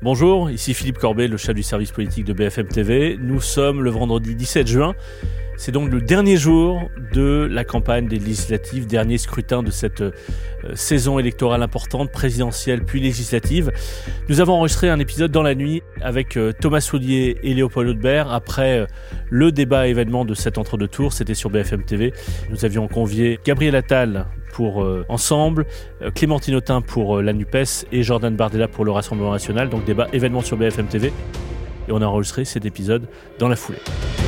Bonjour, ici Philippe Corbet, le chef du service politique de BFM TV. Nous sommes le vendredi 17 juin. C'est donc le dernier jour de la campagne des législatives, dernier scrutin de cette saison électorale importante, présidentielle puis législative. Nous avons enregistré un épisode dans la nuit avec Thomas Soulier et Léopold Audebert après le débat événement de cet entre-deux tours, c'était sur BFM TV. Nous avions convié Gabriel Attal pour Ensemble, Clémentine Autain pour la NUPES et Jordan Bardella pour le Rassemblement National, donc débat événement sur BFM TV. Et on a enregistré cet épisode dans la foulée.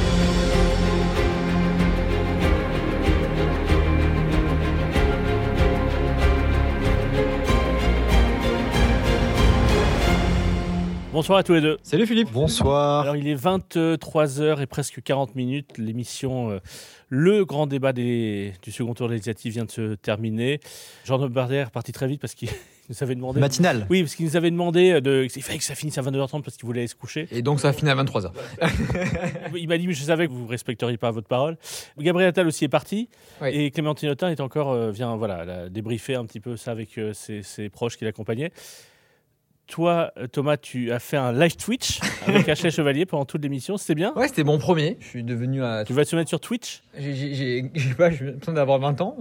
Bonsoir à tous les deux. Salut Philippe. Bonsoir. Alors il est 23h et presque 40 minutes. L'émission Le Grand Débat du second tour législatif vient de se terminer. Jordan Bardella est reparti très vite parce qu'il nous avait demandé... Matinale. Oui, parce qu'il nous avait demandé il fallait que ça finisse à 22h30 parce qu'il voulait aller se coucher. Et donc ça a fini à 23h. Il m'a dit, mais je savais que vous ne respecteriez pas votre parole. Gabriel Attal aussi est parti. Oui. Et Clémentine Autain est encore, vient débriefer un petit peu ça avec ses proches qui l'accompagnaient. Toi, Thomas, tu as fait un live Twitch avec Ashley Chevalier pendant toute l'émission. C'était bien ? Ouais, c'était mon premier. Je suis devenu à... Tu vas te mettre sur Twitch ? J'ai l'impression d'avoir 20 ans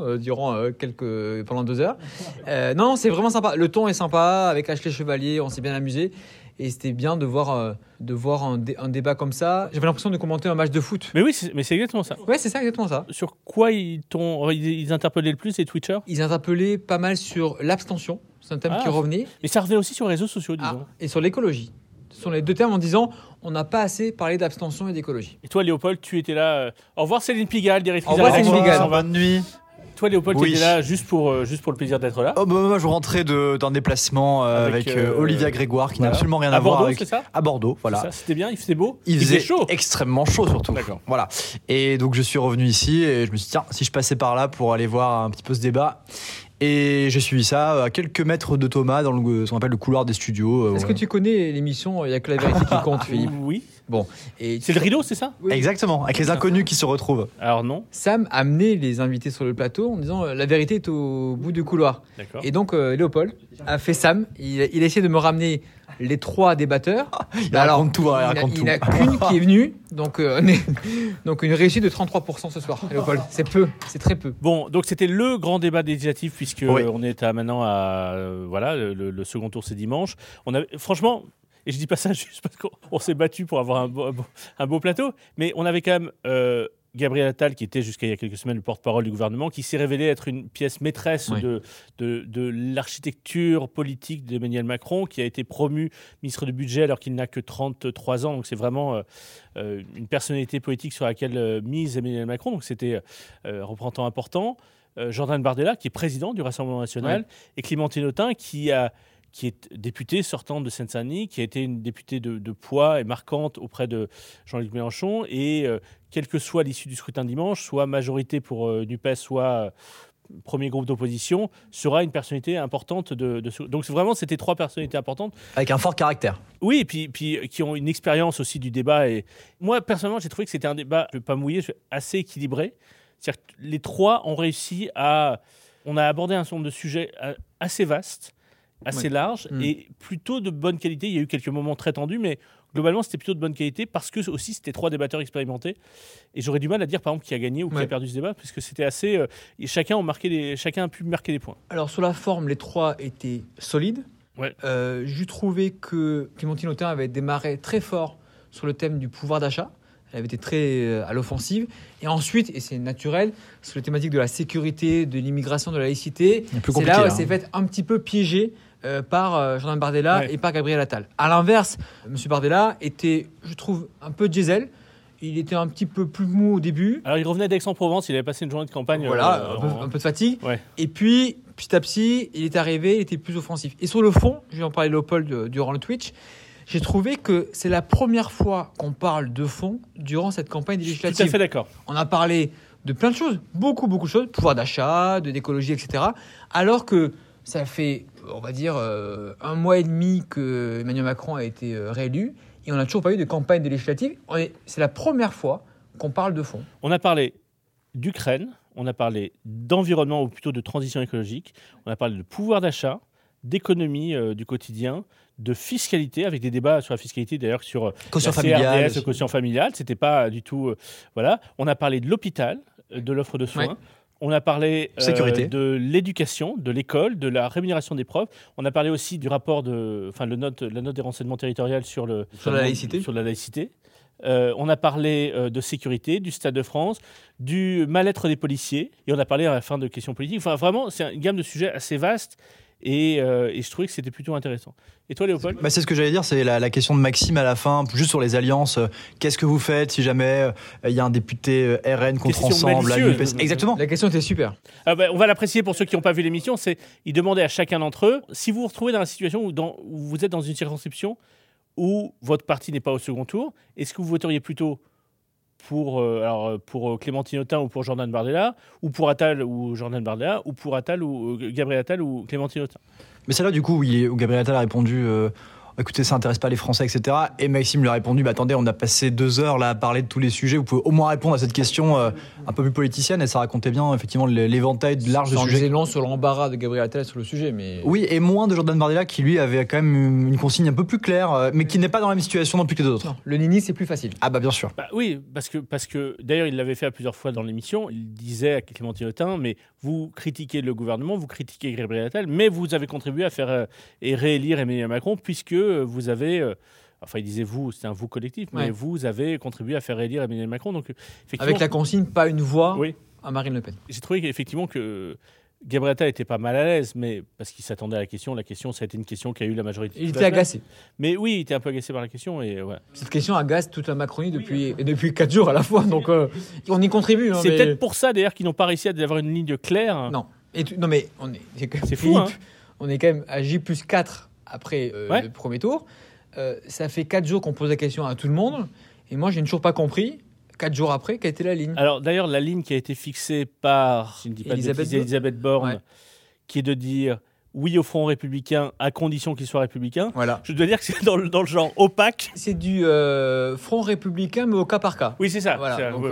pendant 2 heures. Non, c'est vraiment sympa. Le ton est sympa. Avec Ashley Chevalier, on s'est bien amusé. Et c'était bien de voir un débat comme ça. J'avais l'impression de commenter un match de foot. Mais oui, c'est exactement ça. Ouais, c'est ça, exactement ça. Sur quoi ils interpellaient le plus, les Twitchers ? Ils interpellaient pas mal sur l'abstention. C'est un thème qui revenait. Et ça revenait aussi sur les réseaux sociaux, disons. Et sur l'écologie. Ce sont les deux termes en disant on n'a pas assez parlé d'abstention et d'écologie. Et toi, Léopold, tu étais là. Au revoir, Céline Pigalle, directrice de la rédaction. Au revoir, bonne nuit. Toi, Léopold, tu étais là juste pour le plaisir d'être là. Moi, je rentrais d'un déplacement avec Olivia Grégoire qui n'a absolument rien à voir avec... C'est ça ? À Bordeaux, voilà. C'est ça, c'était bien, il faisait beau. Il faisait chaud. Extrêmement chaud surtout. D'accord. Voilà. Et donc je suis revenu ici et je me suis dit tiens, si je passais par là pour aller voir un petit peu ce débat. Et j'ai suivi ça à quelques mètres de Thomas dans ce qu'on appelle le couloir des studios. Est-ce que tu connais l'émission Il n'y a que la vérité qui compte, Philippe ? Oui. Bon. Et c'est le rideau, c'est ça ? Oui. Exactement, avec les inconnus qui se retrouvent. Alors non. Sam a amené les invités sur le plateau en disant la vérité est au bout du couloir. D'accord. Et donc Léopold a fait Sam. Il a essayé de me ramener les 3 débatteurs. Il raconte tout. Il n'y en a qu'une qui est venue. Donc une réussite de 33% ce soir, Léopold. C'est peu, c'est très peu. Bon, donc c'était le grand débat législatif puisque on est maintenant à le second tour, c'est dimanche. Franchement, et je dis pas ça juste parce qu'on s'est battu pour avoir un beau plateau, mais on avait quand même Gabriel Attal, qui était jusqu'à il y a quelques semaines le porte-parole du gouvernement, qui s'est révélé être une pièce maîtresse de l'architecture politique d'Emmanuel Macron, qui a été promu ministre du Budget alors qu'il n'a que 33 ans. Donc c'est vraiment une personnalité politique sur laquelle mise Emmanuel Macron. Donc c'était représentant important. Jordan Bardella, qui est président du Rassemblement National, et Clémentine Autain, qui est députée sortante de Seine-Saint-Denis, qui a été une députée de poids et marquante auprès de Jean-Luc Mélenchon. Et quelle que soit l'issue du scrutin dimanche, soit majorité pour NUPES, soit premier groupe d'opposition, sera une personnalité importante. Donc vraiment, c'était 3 personnalités importantes. Avec un fort caractère. Oui, et puis qui ont une expérience aussi du débat. Et moi, personnellement, j'ai trouvé que c'était un débat, je ne vais pas mouiller, assez équilibré. C'est-à-dire que les 3 ont réussi on a abordé un certain nombre de sujets assez vastes, assez large et plutôt de bonne qualité. Il y a eu quelques moments très tendus, mais globalement, c'était plutôt de bonne qualité parce que aussi, c'était 3 débatteurs expérimentés. Et j'aurais du mal à dire, par exemple, qui a gagné ou qui a perdu ce débat, puisque c'était assez... chacun a pu marquer des points. Alors, sur la forme, les 3 étaient solides. Ouais. J'ai trouvé que Clémentine Autain avait démarré très fort sur le thème du pouvoir d'achat. Elle avait été très à l'offensive. Et ensuite, et c'est naturel, sur les thématiques de la sécurité, de l'immigration, de la laïcité, c'est là où elle s'est faite un petit peu piéger par Jordan Bardella et par Gabriel Attal. À l'inverse, M. Bardella était, je trouve, un peu diesel. Il était un petit peu plus mou au début. Alors, il revenait d'Aix-en-Provence, il avait passé une journée de campagne. Voilà, un peu de fatigue. Ouais. Et puis, petit à petit, il est arrivé, il était plus offensif. Et sur le fond, je vais en parler Léopold durant le Twitch, j'ai trouvé que c'est la première fois qu'on parle de fond durant cette campagne législative. Tout à fait d'accord. On a parlé de plein de choses, beaucoup de choses, pouvoir d'achat, d'écologie, etc. Alors que ça fait, on va dire, 1 mois et demi que Emmanuel Macron a été réélu et on n'a toujours pas eu de campagne de législative. C'est la première fois qu'on parle de fond. On a parlé d'Ukraine, on a parlé d'environnement ou plutôt de transition écologique, on a parlé de pouvoir d'achat, d'économie du quotidien, de fiscalité, avec des débats sur la fiscalité d'ailleurs sur Quotient la familial, CRDS, le quotient familial. C'était pas du tout... voilà. On a parlé de l'hôpital, de l'offre de soins. Ouais. On a parlé Sécurité. de l'éducation, de l'école, de la rémunération des profs. On a parlé aussi du rapport la note des renseignements territoriaux sur la laïcité. On a parlé de sécurité, du Stade de France, du mal-être des policiers. Et on a parlé à la fin de questions politiques. Enfin, vraiment, c'est une gamme de sujets assez vaste. Et je trouvais que c'était plutôt intéressant. Et toi, Léopold ? C'est ce que j'allais dire, c'est la question de Maxime à la fin, juste sur les alliances. Qu'est-ce que vous faites si jamais il y a un député RN contre Question Ensemble, la malicieuse. NUPES. Exactement. La question était super. On va l'apprécier pour ceux qui n'ont pas vu l'émission. Il demandait à chacun d'entre eux, si vous vous retrouvez dans la situation où vous êtes dans une circonscription où votre parti n'est pas au second tour, est-ce que vous voteriez plutôt pour Clémentine Autain ou pour Jordan Bardella, ou pour Attal ou Jordan Bardella, ou pour Attal ou Gabriel Attal ou Clémentine Autain ? Mais celle-là, du coup, où Gabriel Attal a répondu écoutez, ça n'intéresse pas les Français, etc. Et Maxime lui a répondu attendez, on a passé 2 heures là à parler de tous les sujets, vous pouvez au moins répondre à cette question un peu plus politicienne. Et ça racontait bien, effectivement, l'éventail large de sujets. C'est long sur l'embarras de Gabriel Attal sur le sujet, mais. Oui, et moins de Jordan Bardella qui, lui, avait quand même une consigne un peu plus claire, mais qui n'est pas dans la même situation non plus que les autres. Non, le nini, c'est plus facile. Ah, bien sûr. Oui, parce que d'ailleurs, il l'avait fait à plusieurs fois dans l'émission. Il disait à Clémentine Autain, mais vous critiquez le gouvernement, vous critiquez Gabriel Attal, mais vous avez contribué à faire et réélire Emmanuel Macron, puisque vous avez. Enfin, il disait vous, c'est un vous collectif, mais vous avez contribué à faire réélire Emmanuel Macron. Donc, effectivement, avec la consigne, pas une voix à Marine Le Pen. J'ai trouvé qu'effectivement que Gabriel Attal n'était pas mal à l'aise, mais parce qu'il s'attendait à la question. La question, ça a été une question qui a eu la majorité. Il était agacé. Mais oui, il était un peu agacé par la question. Et ouais. Cette question agace toute la Macronie depuis 4 jours à la fois. Donc, on y contribue. C'est peut-être pour ça, d'ailleurs, qu'ils n'ont pas réussi à avoir une ligne claire. Non. Non, mais c'est fou, hein. On est quand même à J+4 après le premier tour. Ça fait 4 jours qu'on pose la question à tout le monde. Et moi, je n'ai toujours pas compris, 4 jours après, quelle était la ligne. Alors, d'ailleurs, la ligne qui a été fixée par Elisabeth Borne, qui est de dire oui au Front républicain à condition qu'il soit républicain. Voilà. Je dois dire que c'est dans le genre opaque. C'est du Front républicain, mais au cas par cas. Oui, c'est ça. Voilà. Donc,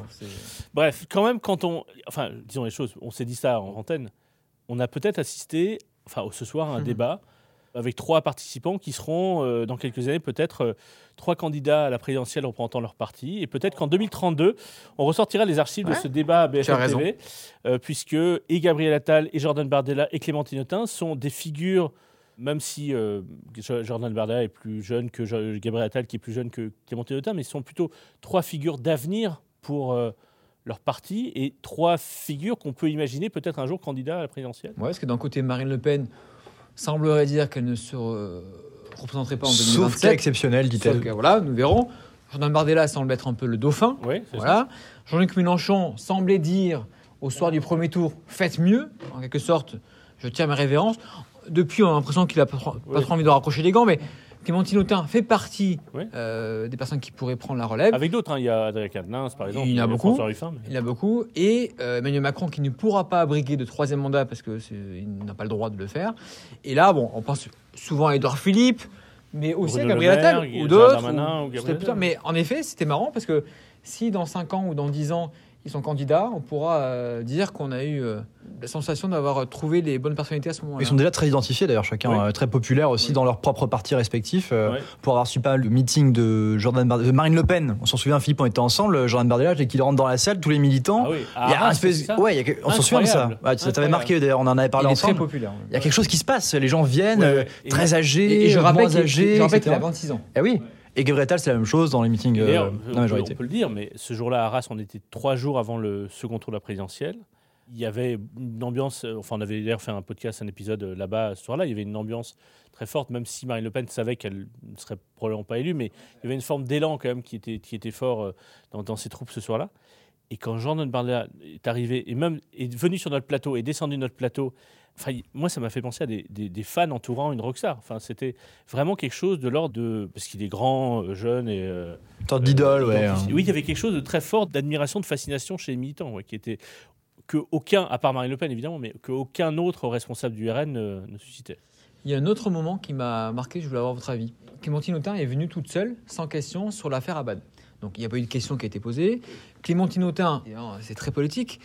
bref, quand même, disons les choses, on s'est dit ça en antenne, on a peut-être assisté, ce soir, à un débat avec 3 participants qui seront, dans quelques années, peut-être 3 candidats à la présidentielle représentant leur parti. Et peut-être qu'en 2032, on ressortira les archives de ce débat à BFM TV, puisque et Gabriel Attal, et Jordan Bardella, et Clémentine Autain sont des figures, même si Jordan Bardella est plus jeune que Gabriel Attal, qui est plus jeune que Clémentine Autain, mais ils sont plutôt 3 figures d'avenir pour leur parti, et 3 figures qu'on peut imaginer peut-être un jour candidats à la présidentielle. Ouais, parce que d'un côté, Marine Le Pen semblerait dire qu'elle ne se représenterait pas en 2027. Sauf cas exceptionnel, dit-elle. Voilà, nous verrons. Jordan Bardella semble être un peu le dauphin. Oui, voilà. Jean-Luc Mélenchon semblait dire au soir du premier tour « faites mieux ». En quelque sorte, je tiens mes révérences. Depuis, on a l'impression qu'il n'a pas trop envie de raccrocher les gants, mais Clémentine Autain fait partie des personnes qui pourraient prendre la relève. Avec d'autres, il y a Adrien Quatennens, par exemple. Il y en a beaucoup. Ruffin, mais... Il y en a beaucoup. Et Emmanuel Macron qui ne pourra pas abriguer de 3e mandat parce qu'il n'a pas le droit de le faire. Et là, on pense souvent à Édouard Philippe, mais aussi à Gabriel Attal ou d'autres. Mais en effet, c'était marrant parce que si dans 5 ans ou dans 10 ans, ils sont candidats, on pourra dire qu'on a eu la sensation d'avoir trouvé les bonnes personnalités à ce moment-là. Ils sont déjà très identifiés d'ailleurs, chacun très populaires aussi dans leurs propres partis respectifs. Pour avoir suivi pas le meeting de Marine Le Pen, on s'en souvient, Philippe, on était ensemble. Jordan Bardella, dès qu'il rentre dans la salle, tous les militants, il y a un espèce, on s'en souvient de ça. Ça t'avait marqué d'ailleurs, on en avait parlé ensemble. Il est très populaire. Il y a quelque chose qui se passe, les gens viennent très âgés, et je rappelle moins âgés. Je rappelle qu'il a 26 ans. Eh oui. Et Gabriel Attal, c'est la même chose dans les meetings de la majorité. On peut le dire, mais ce jour-là à Arras, on était 3 jours avant le second tour de la présidentielle. Il y avait une ambiance, on avait d'ailleurs fait un podcast, un épisode là-bas ce soir-là, il y avait une ambiance très forte, même si Marine Le Pen savait qu'elle ne serait probablement pas élue, mais il y avait une forme d'élan quand même qui était fort dans ses troupes ce soir-là. Et quand Jordan Bardella est arrivé, et même est venu sur notre plateau, et descendu notre plateau, moi, ça m'a fait penser à des fans entourant une rockstar. C'était vraiment quelque chose de l'ordre de... Parce qu'il est grand, jeune et... Une sorte d'idole, Oui, il y avait quelque chose de très fort, d'admiration, de fascination chez les militants, qui était... qu'aucun, à part Marine Le Pen évidemment, mais qu'aucun autre responsable du RN ne suscitait. Il y a un autre moment qui m'a marqué, je voulais avoir votre avis. Clémentine Autain est venue toute seule, sans question, sur l'affaire Abad. Donc il n'y a pas eu de question qui a été posée. Clémentine Autain, c'est très politique,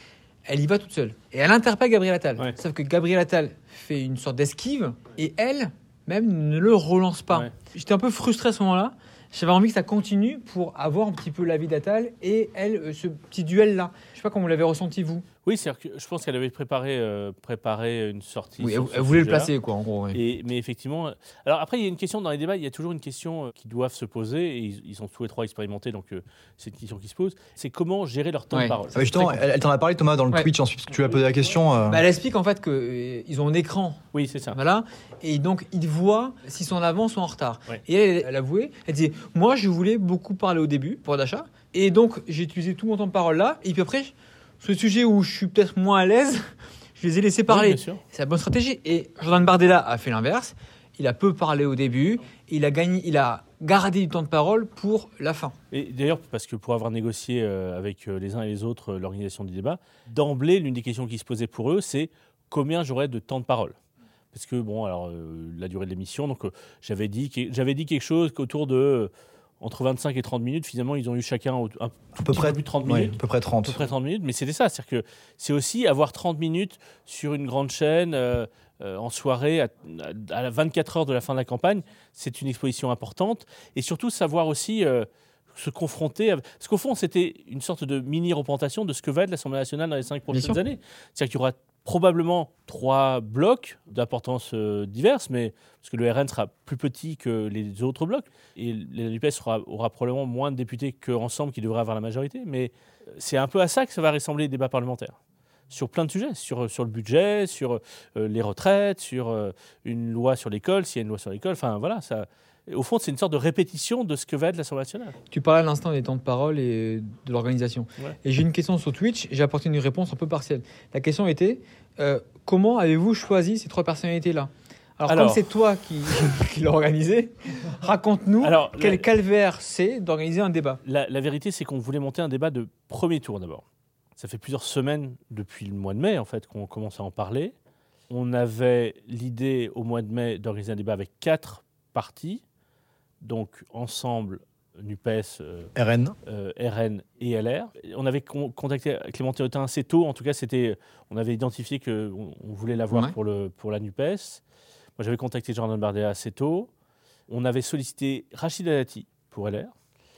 elle y va toute seule. Et elle interpelle Gabriel Attal. Ouais. Sauf que Gabriel Attal fait une sorte d'esquive et elle, même, ne le relance pas. Ouais. J'étais un peu frustré à ce moment-là. J'avais envie que ça continue pour avoir un petit peu l'avis d'Attal et elle, ce petit duel-là. Je sais pas comment vous l'avez ressenti, vous. Oui, c'est-à-dire que je pense qu'elle avait préparé une sortie. Oui, elle voulait le placer, quoi, en gros. Oui. Mais effectivement, alors après, il y a une question dans les débats, il y a toujours une question qui doivent se poser, et ils sont tous les trois expérimentés, donc c'est une question qui se pose, c'est comment gérer leur temps de parole. Ah, justement, elle t'en a parlé, Thomas, dans le Twitch, ensuite, parce que tu lui as posé la question. Elle explique en fait qu'ils ont un écran. Oui, c'est ça. Voilà. Et donc, ils voient s'ils sont en avance ou en retard. Ouais. Et elle avouait, elle disait, moi, je voulais beaucoup parler au début, pour d'achat, et donc, j'ai utilisé tout mon temps de parole là, et puis après, sur le sujet où je suis peut-être moins à l'aise, je les ai laissés parler. Oui, c'est la bonne stratégie. Et Jordan Bardella a fait l'inverse. Il a peu parlé au début. Il a gardé du temps de parole pour la fin. Et d'ailleurs, parce que pour avoir négocié avec les uns et les autres l'organisation du débat, d'emblée, l'une des questions qui se posait pour eux, c'est combien j'aurais de temps de parole. Parce que, bon, alors, la durée de l'émission, donc j'avais dit quelque chose qu'autour de... entre 25 et 30 minutes, finalement, ils ont eu chacun à peu près plus de 30 minutes. À peu près 30. À peu près 30 minutes, mais c'était ça. C'est-à-dire que c'est aussi avoir 30 minutes sur une grande chaîne en soirée à 24 heures de la fin de la campagne. C'est une exposition importante. Et surtout, savoir aussi se confronter. Parce qu'au fond, c'était une sorte de mini-représentation de ce que va être l'Assemblée nationale dans les 5 prochaines années. C'est-à-dire qu'il y aura probablement 3 blocs d'importance diverses, mais parce que le RN sera plus petit que les autres blocs, et la NUPES aura probablement moins de députés qu'Ensemble qui devrait avoir la majorité, mais c'est un peu à ça que ça va ressembler les débats parlementaires, sur plein de sujets, sur le budget, sur les retraites, sur une loi sur l'école, s'il y a une loi sur l'école, enfin voilà, ça... Au fond, c'est une sorte de répétition de ce que va être l'Assemblée nationale. Tu parlais à l'instant des temps de parole et de l'organisation. Ouais. Et j'ai une question sur Twitch, j'ai apporté une réponse un peu partielle. La question était, comment avez-vous choisi ces 3 personnalités-là ? Alors, comme c'est toi qui l'as organisé, raconte-nous quel calvaire c'est d'organiser un débat. La vérité, c'est qu'on voulait monter un débat de premier tour d'abord. Ça fait plusieurs semaines, depuis le mois de mai, en fait, qu'on commence à en parler. On avait l'idée, au mois de mai, d'organiser un débat avec 4 partis. Donc, Ensemble, NUPES, RN et LR. On avait contacté Clémentine Autain assez tôt. En tout cas, on avait identifié qu'on voulait l'avoir pour la NUPES. Moi, j'avais contacté Jordan Bardella assez tôt. On avait sollicité Rachida Dati pour LR.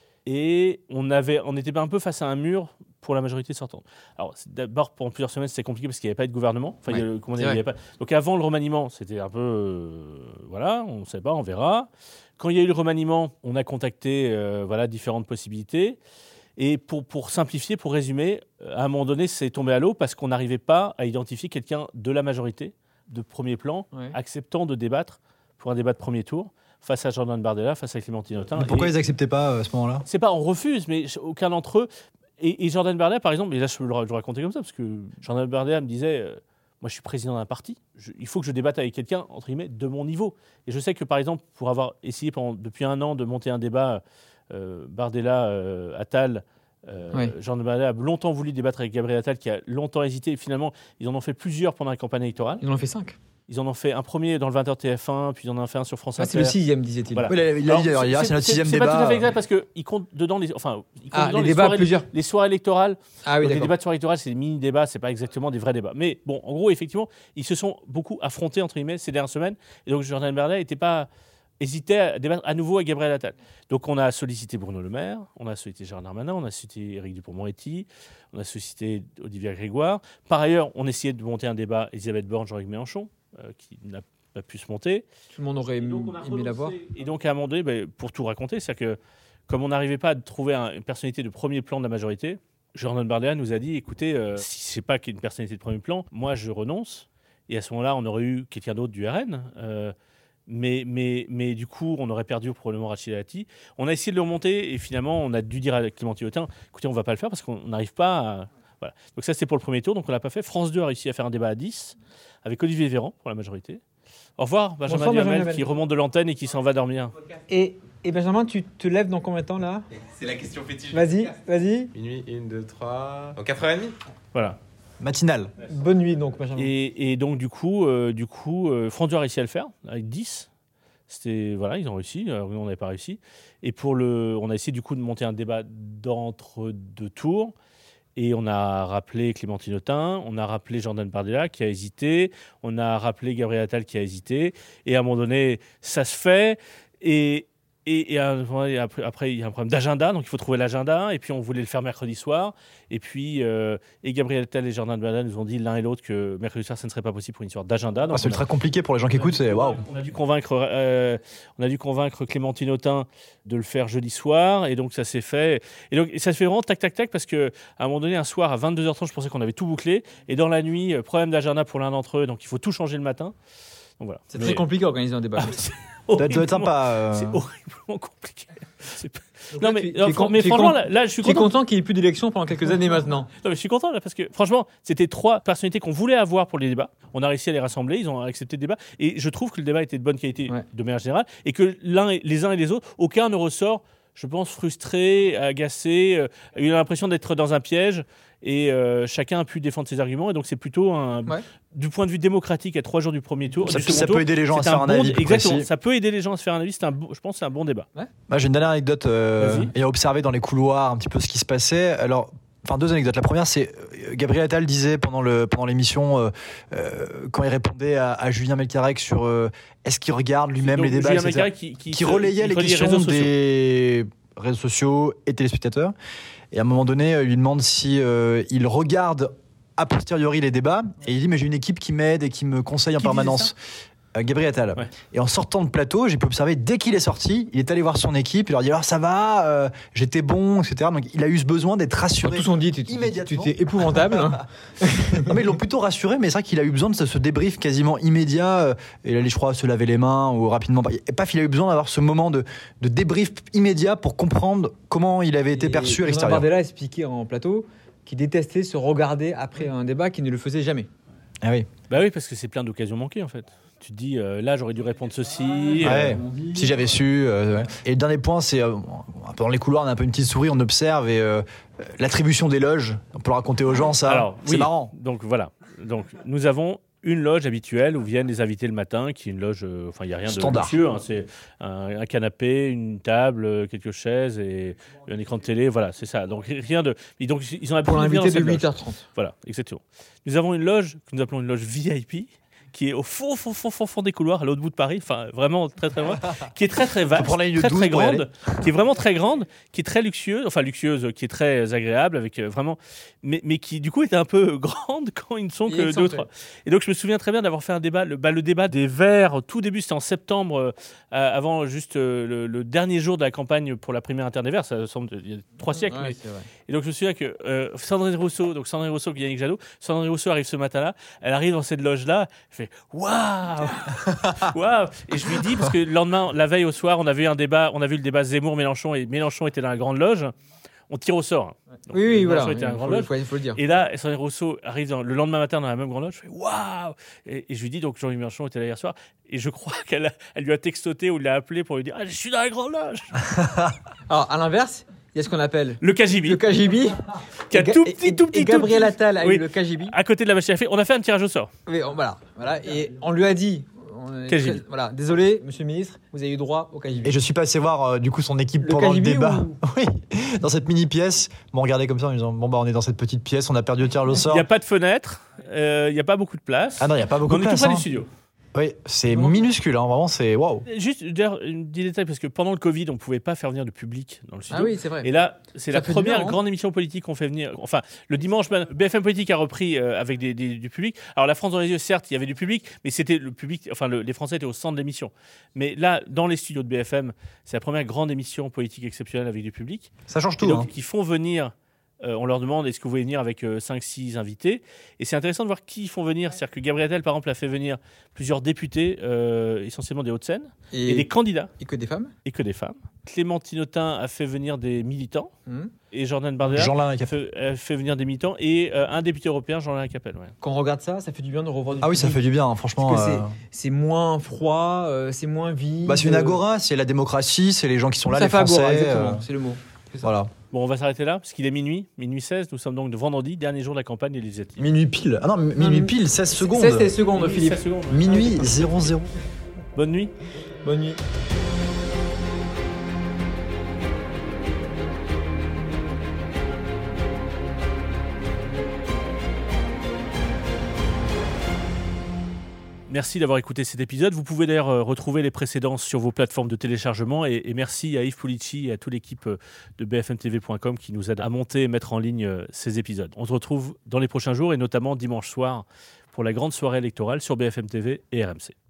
Et on était un peu face à un mur pour la majorité sortante. Alors, d'abord, pendant plusieurs semaines, c'était compliqué parce qu'il n'y avait pas de gouvernement. Enfin, il y avait pas... Donc, avant le remaniement, c'était un peu... voilà, on ne sait pas, on verra. Quand il y a eu le remaniement, on a contacté différentes possibilités. Et pour simplifier, pour résumer, à un moment donné, c'est tombé à l'eau parce qu'on n'arrivait pas à identifier quelqu'un de la majorité, de premier plan, acceptant de débattre pour un débat de premier tour, face à Jordan Bardella, face à Clémentine Autain. Mais pourquoi ils n'acceptaient pas à ce moment-là ? C'est pas on refuse, mais aucun d'entre eux. Et Jordan Bardella, par exemple, et là je peux le raconter comme ça, parce que Jordan Bardella me disait moi je suis président d'un parti, il faut que je débatte avec quelqu'un, entre guillemets, de mon niveau. Et je sais que, par exemple, pour avoir essayé depuis un an de monter un débat, Bardella, Attal, Jordan Bardella a longtemps voulu débattre avec Gabriel Attal, qui a longtemps hésité. Et finalement, ils en ont fait plusieurs pendant la campagne électorale. Ils en ont fait 5. Ils en ont fait un premier dans le 20h TF1, puis ils en ont fait un sur France Inter. C'est le 6e, disait-il. Voilà. Oui, il a dit d'ailleurs, hier, c'est notre 6e débat. C'est pas tout à fait exact parce qu'il compte dedans les soirées électorales. Ah oui, les débats de soirée électorale, c'est des mini-débats, c'est pas exactement des vrais débats. Mais bon, en gros, effectivement, ils se sont beaucoup affrontés, entre guillemets, ces dernières semaines. Et donc, Jordan Bardella hésitait à débattre à nouveau avec Gabriel Attal. Donc, on a sollicité Bruno Le Maire, on a sollicité Gérald Darmanin, on a sollicité Éric Dupond-Moretti, on a sollicité Olivier Grégoire. Par ailleurs, on essayait de monter un débat Elisabeth Borne, Jean-Luc Mélenchon, qui n'a pas pu se monter. Tout le monde aurait aimé la voir. Et donc, à un moment donné, pour tout raconter, c'est-à-dire que comme on n'arrivait pas à trouver une personnalité de premier plan de la majorité, Jordan Bardella nous a dit, écoutez, si ce n'est pas une personnalité de premier plan, moi je renonce. Et à ce moment-là, on aurait eu quelqu'un d'autre du RN. Mais du coup, on aurait perdu probablement Rachida Dati. On a essayé de le remonter et finalement, on a dû dire à Clémentine Autain, écoutez, on ne va pas le faire parce qu'on n'arrive pas à... Voilà. Donc ça, c'était pour le premier tour, donc on ne l'a pas fait. France 2 a réussi à faire un débat à 10 avec Olivier Véran pour la majorité. Au revoir, Benjamin Duhamel, qui remonte de l'antenne et qui s'en va dormir. Et Benjamin, tu te lèves dans combien de temps là ? C'est la question fétiche. Vas-y. Minuit, 1, 2, 3... Donc 4h30 ? Voilà. Matinale. Bonne nuit donc, Benjamin. Et donc du coup, France 2 a réussi à le faire avec 10. Ils ont réussi, on n'avait pas réussi. Et on a essayé du coup de monter un débat d'entre deux tours. Et on a rappelé Clémentine Autain, on a rappelé Jordan Bardella qui a hésité, on a rappelé Gabriel Attal qui a hésité. Et à un moment donné, ça se fait. Et après, il y a un problème d'agenda, donc il faut trouver l'agenda. Et puis, on voulait le faire mercredi soir. Et puis, et Gabriel Attal et Jordan Bardella nous ont dit l'un et l'autre que mercredi soir, ça ne serait pas possible pour une histoire d'agenda. Donc c'est très compliqué pour les gens qui écoutent. C'est waouh. On a dû convaincre Clémentine Autain de le faire jeudi soir. Et donc, ça s'est fait. Et donc, ça se fait vraiment tac, tac, tac, parce qu'à un moment donné, un soir à 22h30, je pensais qu'on avait tout bouclé. Et dans la nuit, problème d'agenda pour l'un d'entre eux. Donc, il faut tout changer le matin. Donc, voilà. C'est très compliqué d'organiser un débat. Ça doit être sympa. C'est horriblement compliqué. Non, mais franchement, là, je suis content. Tu es content qu'il n'y ait plus d'élections pendant quelques années maintenant. Non, mais je suis content là parce que franchement, c'était 3 personnalités qu'on voulait avoir pour les débats. On a réussi à les rassembler, ils ont accepté le débat. Et je trouve que le débat était de bonne qualité de manière générale et que les uns et les autres, aucun ne ressort, je pense, frustré, agacé, eu l'impression d'être dans un piège. Et chacun a pu défendre ses arguments. Et donc, c'est plutôt du point de vue démocratique à 3 jours du premier tour. Ça peut aider les gens à se faire un avis. Exactement. Ça peut aider les gens à se faire un avis. Je pense que c'est un bon débat. Ouais. J'ai une dernière anecdote. Ayant observé dans les couloirs un petit peu ce qui se passait. Alors, 2 anecdotes. La première, c'est Gabriel Attal disait pendant l'émission, quand il répondait à Julien Melchiarec sur est-ce qu'il regarde lui-même les débats, etc., qui relayait les questions des réseaux sociaux et téléspectateurs. Et à un moment donné, il lui demande si il regarde a posteriori les débats. Et il dit, mais j'ai une équipe qui m'aide et qui me conseille en permanence. Gabriel Attal. Ouais. Et en sortant de plateau, j'ai pu observer, dès qu'il est sorti, il est allé voir son équipe, il leur dit, alors ça va, j'étais bon, etc. Donc il a eu ce besoin d'être rassuré. Tous ont dit, tu étais épouvantable. Hein. Non, mais ils l'ont plutôt rassuré, mais c'est vrai qu'il a eu besoin de ce débrief quasiment immédiat. Il allait, je crois, se laver les mains ou rapidement. Et paf, il a eu besoin d'avoir ce moment de débrief immédiat pour comprendre comment il avait été perçu à l'extérieur. Bardella a expliqué en plateau qu'il détestait se regarder après un débat, qu'il ne le faisait jamais. Ah oui. Bah oui, parce que c'est plein d'occasions manquées en fait. Tu te dis, là, j'aurais dû répondre ceci. Si j'avais su. Et le dernier point, c'est dans les couloirs, on a un peu une petite souris, on observe et l'attribution des loges. On peut le raconter aux gens, ça. Alors, c'est marrant. Donc voilà. Donc nous avons une loge habituelle où viennent les invités le matin, qui est une loge. Enfin, il n'y a rien standard. De luxueux. Hein, c'est un canapé, une table, quelques chaises et un écran de télé. Voilà, c'est ça. Donc rien de. Et donc ils ont pour l'invité de 8h30. Voilà, exactement. Nous avons une loge que nous appelons une loge VIP, qui est au fond des couloirs, à l'autre bout de Paris, enfin vraiment très très loin, qui est très vaste, très grande, qui est vraiment très grande, qui est très luxueuse, qui est très agréable, avec vraiment, mais qui du coup était un peu grande quand ils ne sont que 2 ou 3. Et donc je me souviens très bien d'avoir fait un débat, le débat des Verts, au tout début, c'était en septembre, avant juste le dernier jour de la campagne pour la primaire interne des Verts, ça semble il y a 3 siècles. Ouais, et donc je me souviens que Sandrine Rousseau et Yannick Jadot, Sandrine Rousseau arrive ce matin-là, elle arrive dans cette loge-là, elle fait waouh. Et je lui dis, parce que le lendemain, la veille au soir, on a vu le débat Zemmour-Mélenchon, et Mélenchon était dans la grande loge. On tire au sort. Donc, oui, voilà. Était dans la grande loge. Il faut le dire. Et là, Sandrine Rousseau arrive le lendemain matin dans la même grande loge. Je fais waouh. Et je lui dis, donc Jean-Luc Mélenchon était là hier soir. Et je crois qu'elle lui a textoté ou l'a appelé pour lui dire, je suis dans la grande loge. Alors, à l'inverse, il y a ce qu'on appelle le KGB. Le KGB. Qui a tout petit. Et Gabriel Attal a eu le KGB. À côté de la machine à café, on a fait un tirage au sort. Oui, voilà. Et on lui a dit. Voilà, désolé, monsieur le ministre, vous avez eu droit au KGB. Et je suis passé voir du coup son équipe pendant le débat. Oui, dans cette mini pièce. On regardait comme ça en disant on est dans cette petite pièce, on a perdu le tirage au sort. Il n'y a pas de fenêtre, il n'y a pas beaucoup de place. Ah non, il n'y a pas beaucoup de place. On est tout près du studio. Oui, c'est minuscule, vraiment, c'est waouh. Juste d'ailleurs, un petit détail, parce que pendant le Covid, on ne pouvait pas faire venir de public dans le studio. Ah oui, c'est vrai. Et là, c'est la première grande émission politique qu'on fait venir. Enfin, le dimanche, BFM Politique a repris avec du public. Alors, La France dans les yeux, certes, il y avait du public, mais c'était le public. Enfin, les Français étaient au centre de l'émission. Mais là, dans les studios de BFM, c'est la première grande émission politique exceptionnelle avec du public. Ça change tout. Et donc, ils font venir. On leur demande est-ce que vous voulez venir avec 5-6 invités, et c'est intéressant de voir qui ils font venir. C'est-à-dire que Gabriel Attal par exemple a fait venir plusieurs députés essentiellement des Hauts-de-Seine et des candidats et que des femmes. Clémentine Autain a fait venir des militants et Jordan Bardella a fait venir des militants et un député européen, Jean-Lin Capel. Quand on regarde ça fait du bien de revoir du public. Oui, ça fait du bien, franchement. Parce que c'est moins froid, c'est moins vide. C'est une agora, c'est la démocratie, c'est les gens qui sont là, les Français. Agora, exactement, c'est le mot. Voilà. Bon, on va s'arrêter là, parce qu'il est minuit 16, nous sommes donc de vendredi, dernier jour de la campagne législative. Minuit pile. Ah non, minuit pile, 16 secondes. 16 secondes, Philippe. 16 secondes. Minuit 00. Bonne nuit. Bonne nuit. Merci d'avoir écouté cet épisode. Vous pouvez d'ailleurs retrouver les précédents sur vos plateformes de téléchargement. Et merci à Yves Pulici et à toute l'équipe de bfmtv.com qui nous aide à monter et mettre en ligne ces épisodes. On se retrouve dans les prochains jours et notamment dimanche soir pour la grande soirée électorale sur BFM TV et RMC.